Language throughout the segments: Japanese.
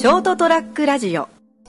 ショートトラックラジオ。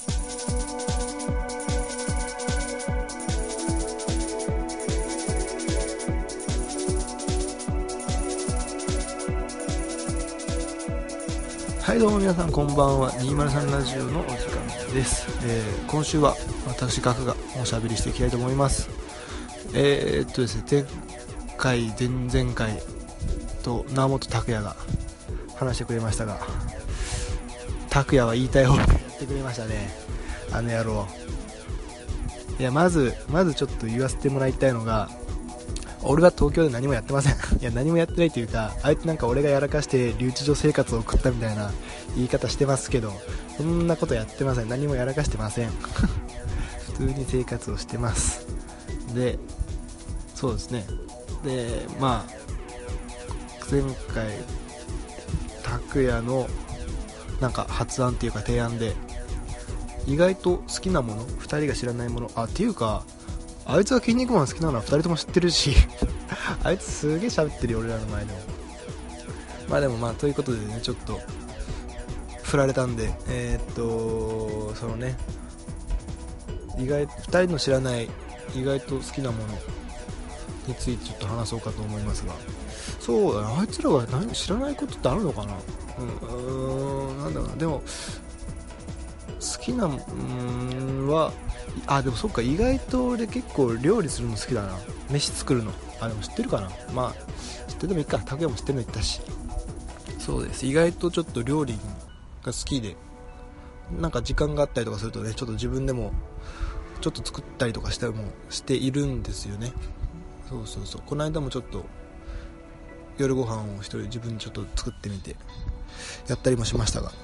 はい、どうも皆さんこんばんは。203ラジオのお時間です。今週は私ガクがおしゃべりしていきたいと思います。ですね、前回前々回と直本拓也が話してくれましたが、拓也は言いたい方でやってくれましたね、あの野郎。いや、まずちょっと言わせてもらいたいのが、俺は東京で何もやってません。いや、何もやってないというか、あいつなんか俺がやらかして留置場生活を送ったみたいな言い方してますけど、そんなことやってません。何もやらかしてません。普通に生活をしてます。で、そうですね。で、まあ前回拓也のなんか発案っていうか提案で、意外と好きなもの、2人が知らないもの、っていうか、あいつが筋肉マン好きなのは2人とも知ってるしあいつすげえ喋ってるよ、俺らの前でも。でもということでね、ちょっと振られたんで、そのね、2人の知らない意外と好きなものについてちょっと話そうかと思いますが、そうだな、あいつらが知らないことってあるのかな。なんだろうな、でも好きなは、でもそっか、意外と俺結構料理するの好きだな。飯作るの。でも知ってるかな。知っててもいいか。拓也も知ってるの言ったし。そうです。意外とちょっと料理が好きで、なんか時間があったりとかするとね、ちょっと自分でもちょっと作ったりとかしているんですよね。そう。この間もちょっと夜ご飯を一人自分でちょっと作ってみてやったりもしましたが、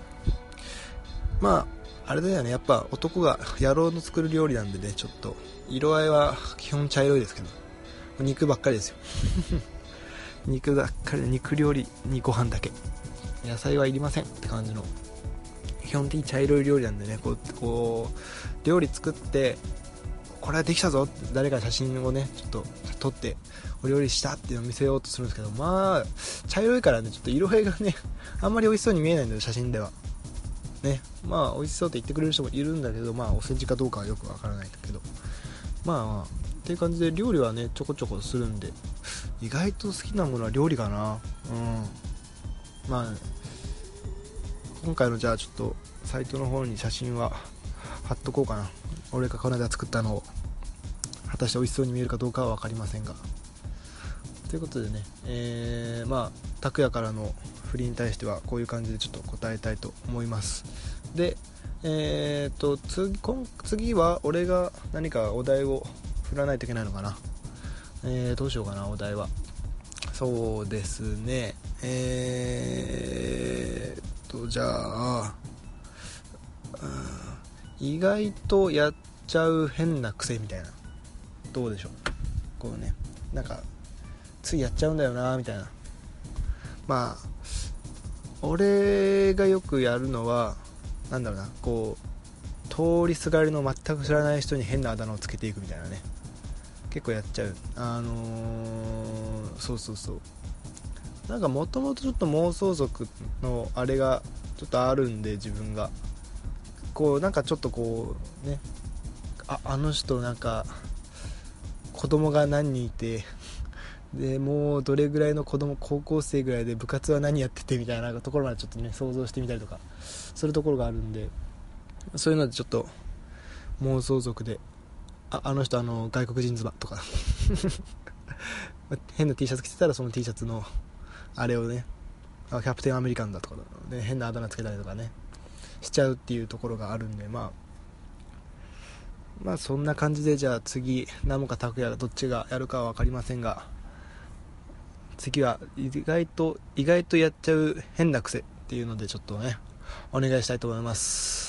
あれだよね、やっぱ男が野郎の作る料理なんでね、ちょっと色合いは基本茶色いですけど、肉ばっかりですよ肉ばっかりで、肉料理にご飯だけ、野菜はいりませんって感じの基本的に茶色い料理なんでね、こう料理作ってこれはできたぞって誰か写真をねちょっと撮ってお料理したっていうのを見せようとするんですけど、茶色いからね、ちょっと色合いがねあんまり美味しそうに見えないんだよ、写真ではね。美味しそうって言ってくれる人もいるんだけど、お世辞かどうかはよくわからないんだけど、っていう感じで料理はねちょこちょこするんで、意外と好きなものは料理かな。今回のじゃあちょっとサイトの方に写真は貼っとこうかな。俺がこの間作ったのを果たして美味しそうに見えるかどうかは分かりませんが、ということでね、拓也からの振りに対してはこういう感じでちょっと答えたいと思います。で、次は俺が何かお題を振らないといけないのかな。どうしようかな、お題は。そうですね、じゃあ、意外とやっちゃう変な癖みたいな、どうでしょう。こうね、なんかついやっちゃうんだよなみたいな。俺がよくやるのは、なんだろうな、こう通りすがりの全く知らない人に変なあだ名をつけていくみたいなね、結構やっちゃう。そうなんかもともとちょっと妄想族のあれがちょっとあるんで、自分がこうなんかちょっとこうね、あの人なんか子供が何人いて、でもうどれぐらいの子供、高校生ぐらいで部活は何やっててみたいなところまでちょっとね想像してみたりとかするところがあるんで、そういうのでちょっと妄想族で、あの人外国人妻とか変な T シャツ着てたらその T シャツのあれをね、キャプテンアメリカンだとかで変なあだ名つけたりとかねしちゃうっていうところがあるんで、そんな感じで、じゃあ次ナモか拓也がどっちがやるかは分かりませんが、次は意外とやっちゃう変な癖っていうのでちょっとねお願いしたいと思います。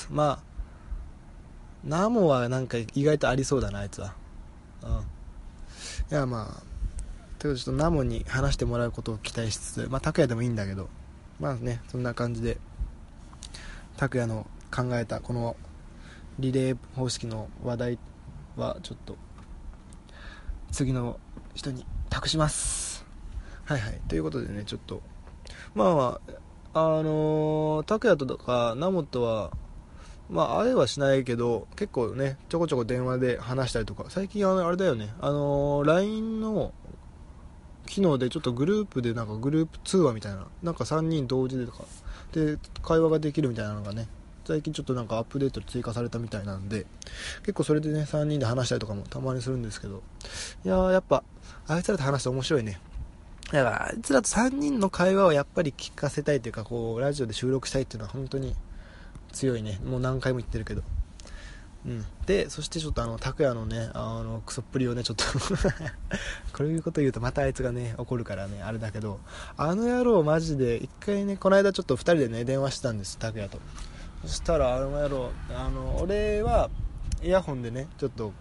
ナモはなんか意外とありそうだな、あいつは。いや、ということでちょっとナモに話してもらうことを期待しつつ、拓也でもいいんだけど、そんな感じで拓也の考えたこのリレー方式の話題はちょっと次の人に託します。ということでね、ちょっと拓也とかナモとはまあ会えはしないけど結構ねちょこちょこ電話で話したりとか、最近あれだよね、LINE の機能でちょっとグループでなんかグループ通話みたいな、なんか3人同時でとかで会話ができるみたいなのがね、最近ちょっとなんかアップデートで追加されたみたいなんで、結構それでね3人で話したりとかもたまにするんですけど、いやーやっぱあいつらと話して面白いね。だからあいつらと3人の会話をやっぱり聞かせたいというか、こうラジオで収録したいっていうのは本当に強いね。もう何回も言ってるけど、でそしてちょっと拓也のねクソっぷりをねちょっとこういうこと言うとまたあいつがね怒るからねあれだけど、あの野郎マジで一回ねこの間ちょっと2人でね電話してたんです、拓也と。そしたらあの野郎俺はイヤホンでねちょっと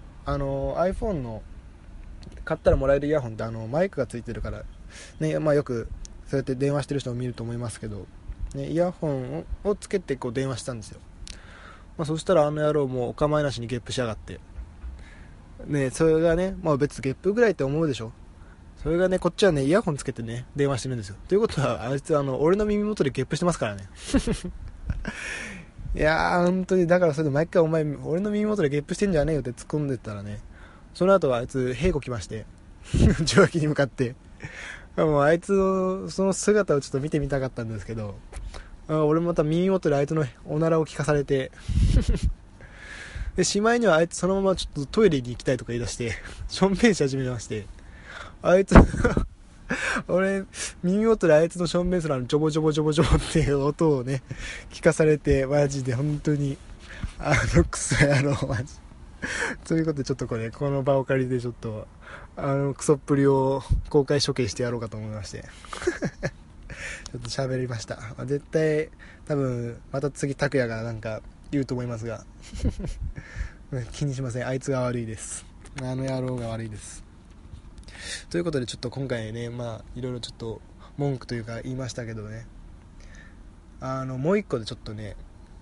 iPhone の買ったらもらえるイヤホンってマイクがついてるからね、まあよくそうやって電話してる人も見ると思いますけど、ね、イヤホンをつけてこう電話したんですよ。まあ、そしたらあの野郎もお構いなしにゲップしやがって、ね、それがね、まあ、別にゲップぐらいって思うでしょ。それがねこっちはねイヤホンつけてね電話してるんですよ。ということはあいつ俺の耳元でゲップしてますからねいやー本当にだからそれで毎回お前俺の耳元でゲップしてんじゃねえよって突っ込んでったらね、その後はあいつ平子来まして受話器に向かってもうあいつのその姿をちょっと見てみたかったんですけど、俺もまた耳元であいつのおならを聞かされてでしまいにはあいつそのままちょっとトイレに行きたいとか言い出してしょんべんし始めまして、あいつ俺耳元であいつのしょんべんするジョボジョボジョボジョボっていう音をね聞かされて、マジで本当にクソ野郎マジということでちょっとこの場を借りてちょっとクソっぷりを公開処刑してやろうかと思いましてちょっと喋りました。絶対多分また次拓也がなんか言うと思いますが気にしません、あいつが悪いです、あの野郎が悪いです。ということでちょっと今回ねまあいろいろちょっと文句というか言いましたけどね、もう一個でちょっとね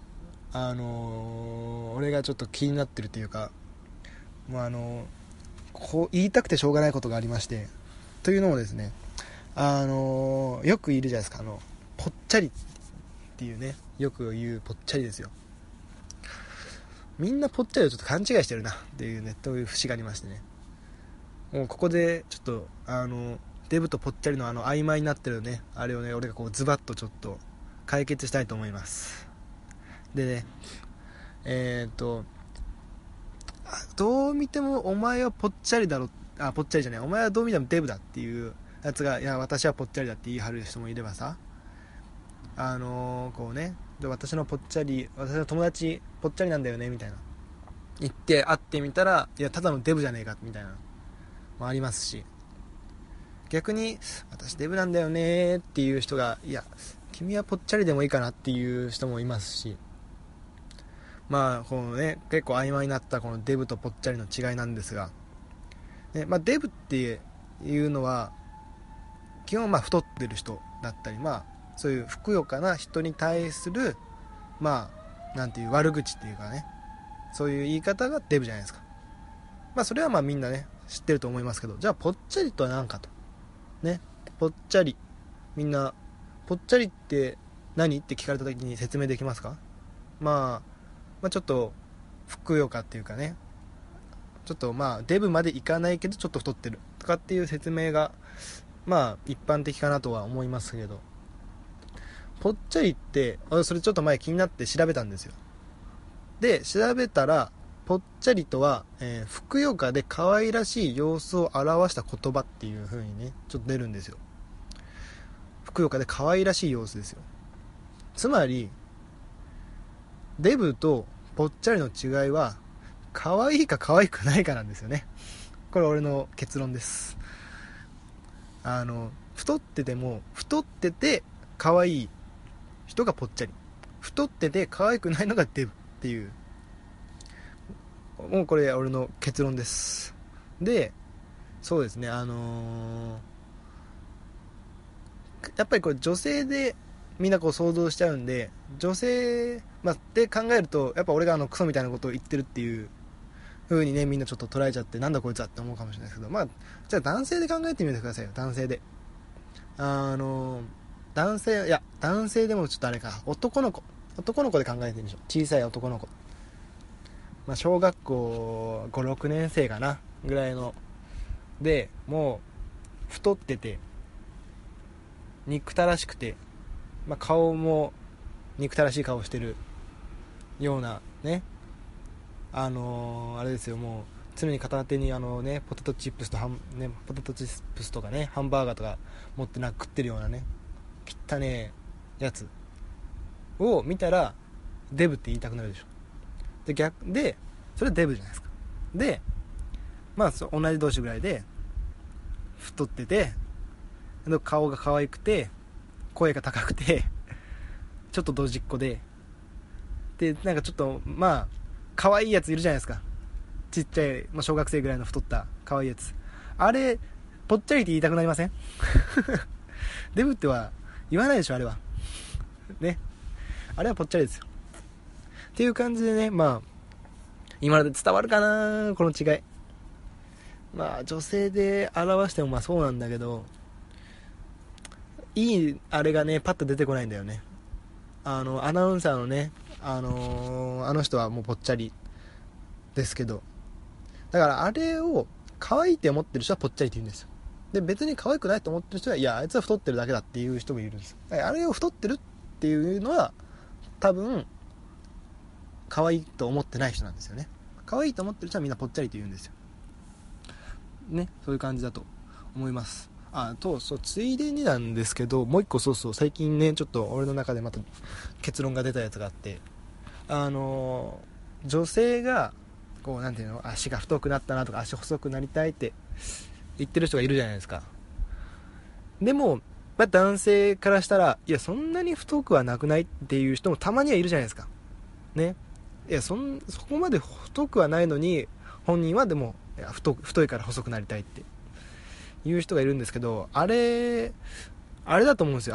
俺がちょっと気になってるというか、もうこう言いたくてしょうがないことがありまして、というのもですねよくいるじゃないですか、ぽっちゃりっていうね、よく言うぽっちゃりですよ。みんなぽっちゃりをちょっと勘違いしてるなっていうね、という節がありましてね、もうここでちょっとデブとぽっちゃりの曖昧になってるねあれをね俺がこうズバッとちょっと解決したいと思います。でねどう見てもお前はぽっちゃりだろ、ぽっちゃりじゃない、お前はどう見てもデブだっていうやつが、いや私はぽっちゃりだって言い張る人もいればさ、こうね、で私の友達ぽっちゃりなんだよねみたいな言って会ってみたら、いやただのデブじゃねえかみたいなもありますし、逆に私デブなんだよねっていう人が、いや君はぽっちゃりでもいいかなっていう人もいますし、まあこのね結構曖昧になったこのデブとぽっちゃりの違いなんですが、ね、デブっていうのは基本太ってる人だったり、そういうふくよかな人に対するなんていう悪口っていうかね、そういう言い方がデブじゃないですか。それはみんなね知ってると思いますけど、じゃあぽっちゃりとは何かとね、ぽっちゃり、みんなぽっちゃりって何って聞かれた時に説明できますか？ちょっとふくよかっていうかね、ちょっとデブまでいかないけどちょっと太ってるとかっていう説明が一般的かなとは思いますけど、ぽっちゃりってそれちょっと前気になって調べたんですよ。で調べたらぽっちゃりとは、ふくよかで可愛らしい様子を表した言葉っていう風にねちょっと出るんですよ。ふくよかで可愛らしい様子ですよ。つまりデブとぽっちゃりの違いは可愛いか可愛くないかなんですよね。これ俺の結論です。太ってて可愛い人がぽっちゃり、太ってて可愛くないのがデブっていう、もうこれ俺の結論です。でそうですねやっぱりこれ女性でみんなこう想像しちゃうんで、女性って考えるとやっぱ俺がクソみたいなことを言ってるっていう風にねみんなちょっと捉えちゃって、なんだこいつはって思うかもしれないですけど、じゃあ男性で考えてみてくださいよ。男性で男男性でもちょっとあれか、男の子で考えてるでしょ。小さい男の子、小学校5、6年生かなぐらいので、もう太ってて憎たらしくて、顔も憎たらしい顔してるようなね、あれですよ、もう常に片手にポテトチップスとかね、ハンバーガーとか持って食ってるようなね、汚ねえやつを見たらデブって言いたくなるでしょ。でそれはデブじゃないですか。で同じ同士ぐらいで太ってて、顔が可愛くて、声が高くて、ちょっとドジっ子で、ちょっと可愛いやついるじゃないですか。ちっちゃい、小学生ぐらいの太った可愛いやつ、あれぽっちゃりって言いたくなりません？デブっては言わないでしょ、あれはね。あれはぽっちゃりですよっていう感じでね、今ので伝わるかな、この違い。女性で表してもそうなんだけど、いいあれがねパッと出てこないんだよね。アナウンサーのね、あの人はもうぽっちゃりですけど、だからあれを可愛いって思ってる人はぽっちゃりって言うんですよ。で別に可愛くないと思ってる人は、いやあいつは太ってるだけだっていう人もいるんです。あれを太ってるっていうのは多分可愛いと思ってない人なんですよね。可愛いと思ってる人はみんなぽっちゃりって言うんですよね。そういう感じだと思います。ついでになんですけど、もう一個最近ねちょっと俺の中でまた結論が出たやつがあって、女性がこうなんていうの、足が太くなったなとか足細くなりたいって言ってる人がいるじゃないですか。でも男性からしたら、いやそんなに太くはなくないっていう人もたまにはいるじゃないですかね。いやそこまで太くはないのに本人はでも太いから細くなりたいっていう人がいるんですけど、あれだと思うんですよ。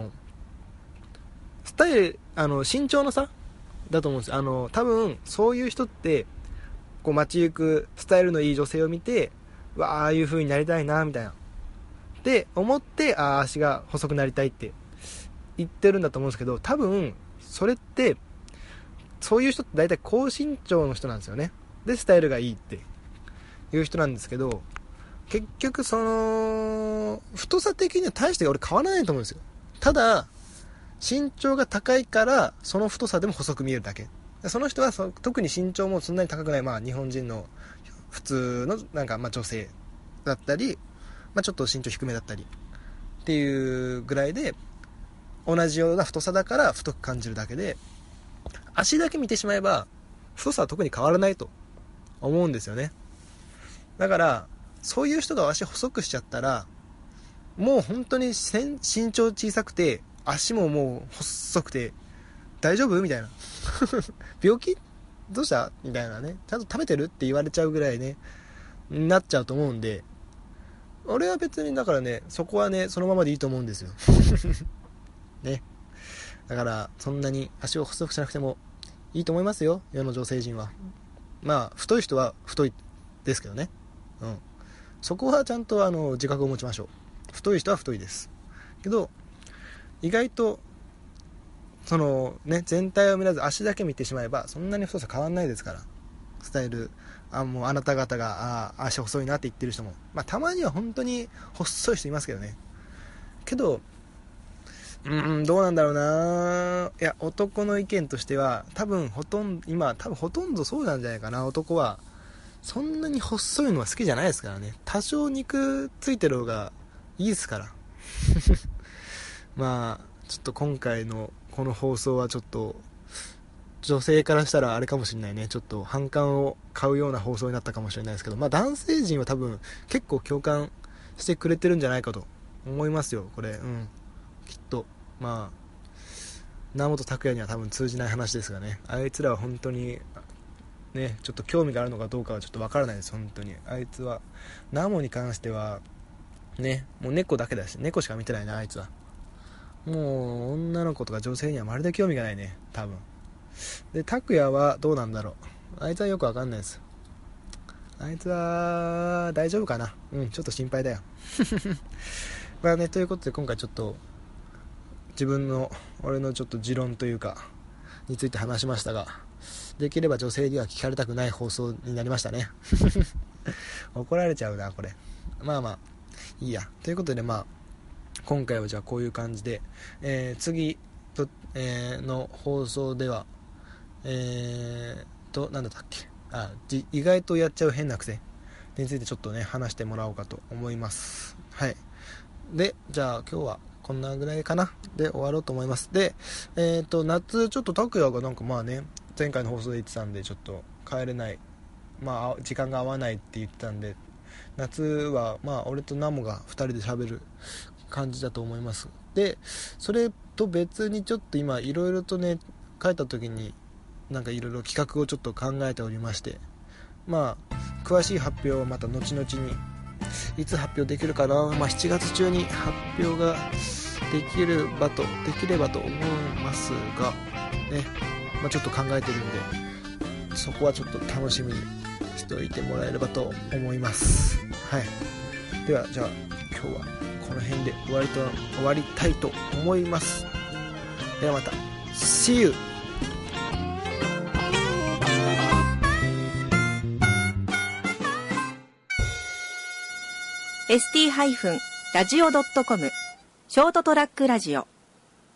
スタイル身長の差だと思うんですよ。多分そういう人ってこう街行くスタイルのいい女性を見て、ああいう風になりたいなみたいなって思って、足が細くなりたいって言ってるんだと思うんですけど、多分それってそういう人って大体高身長の人なんですよね。でスタイルがいいっていう人なんですけど、結局その太さ的には大して俺変わらないと思うんですよ。ただ身長が高いからその太さでも細く見えるだけ。その人は特に身長もそんなに高くない、日本人の普通の女性だったり、ちょっと身長低めだったりっていうぐらいで、同じような太さだから太く感じるだけで、足だけ見てしまえば太さは特に変わらないと思うんですよね。だからそういう人が足細くしちゃったら、もう本当に身長小さくて足ももう細くて大丈夫みたいな病気どうしたみたいなね、ちゃんと食べてるって言われちゃうぐらいねなっちゃうと思うんで、俺は別にだからね、そこはねそのままでいいと思うんですよね。だからそんなに足を細くしなくてもいいと思いますよ、世の女性陣は。太い人は太いですけどね、そこはちゃんと自覚を持ちましょう。太い人は太いですけど、意外とそのね全体を見らず足だけ見てしまえばそんなに太さ変わんないですから。スタイルもうあなた方が足細いなって言ってる人も、たまには本当に細い人いますけどね。けどどうなんだろうな。いや男の意見としては多分ほとんどそうなんじゃないかな。男はそんなに細いのは好きじゃないですからね。多少肉ついてる方がいいですからちょっと今回のこの放送はちょっと女性からしたらあれかもしれないね、ちょっと反感を買うような放送になったかもしれないですけど、男性陣は多分結構共感してくれてるんじゃないかと思いますよ、これ。きっと名本拓也には多分通じない話ですがね、あいつらは本当にねちょっと興味があるのかどうかはちょっとわからないです。本当にあいつはナモに関してはね、もう猫だけだし、猫しか見てないな、あいつは。もう女の子とか女性にはまるで興味がないね、多分。で拓也はどうなんだろう。あいつはよくわかんないです。あいつは大丈夫かな。ちょっと心配だよということで今回ちょっと俺のちょっと持論というかについて話しましたが、できれば女性には聞かれたくない放送になりましたね怒られちゃうなこれ。まあまあいいやということで、今回はじゃあこういう感じで、次と、の放送ではなんだったっけ、意外とやっちゃう変な癖についてちょっとね話してもらおうかと思います。はい。でじゃあ今日はこんなぐらいかなで終わろうと思います。で夏ちょっと拓也がなんか前回の放送で言ってたんでちょっと帰れない、時間が合わないって言ってたんで、夏は俺とナモが2人で喋る感じだと思います。でそれと別にちょっと今いろいろとね帰った時になんかいろいろ企画をちょっと考えておりまして、詳しい発表はまた後々にいつ発表できるかな、7月中に発表ができればと思いますがね、ちょっと考えてるんでそこはちょっと楽しみにしておいてもらえればと思います。はい。ではじゃあ今日はこの辺で終わりたいと思います。ではまた See you。 ST-radio.com ショートトラックラジオ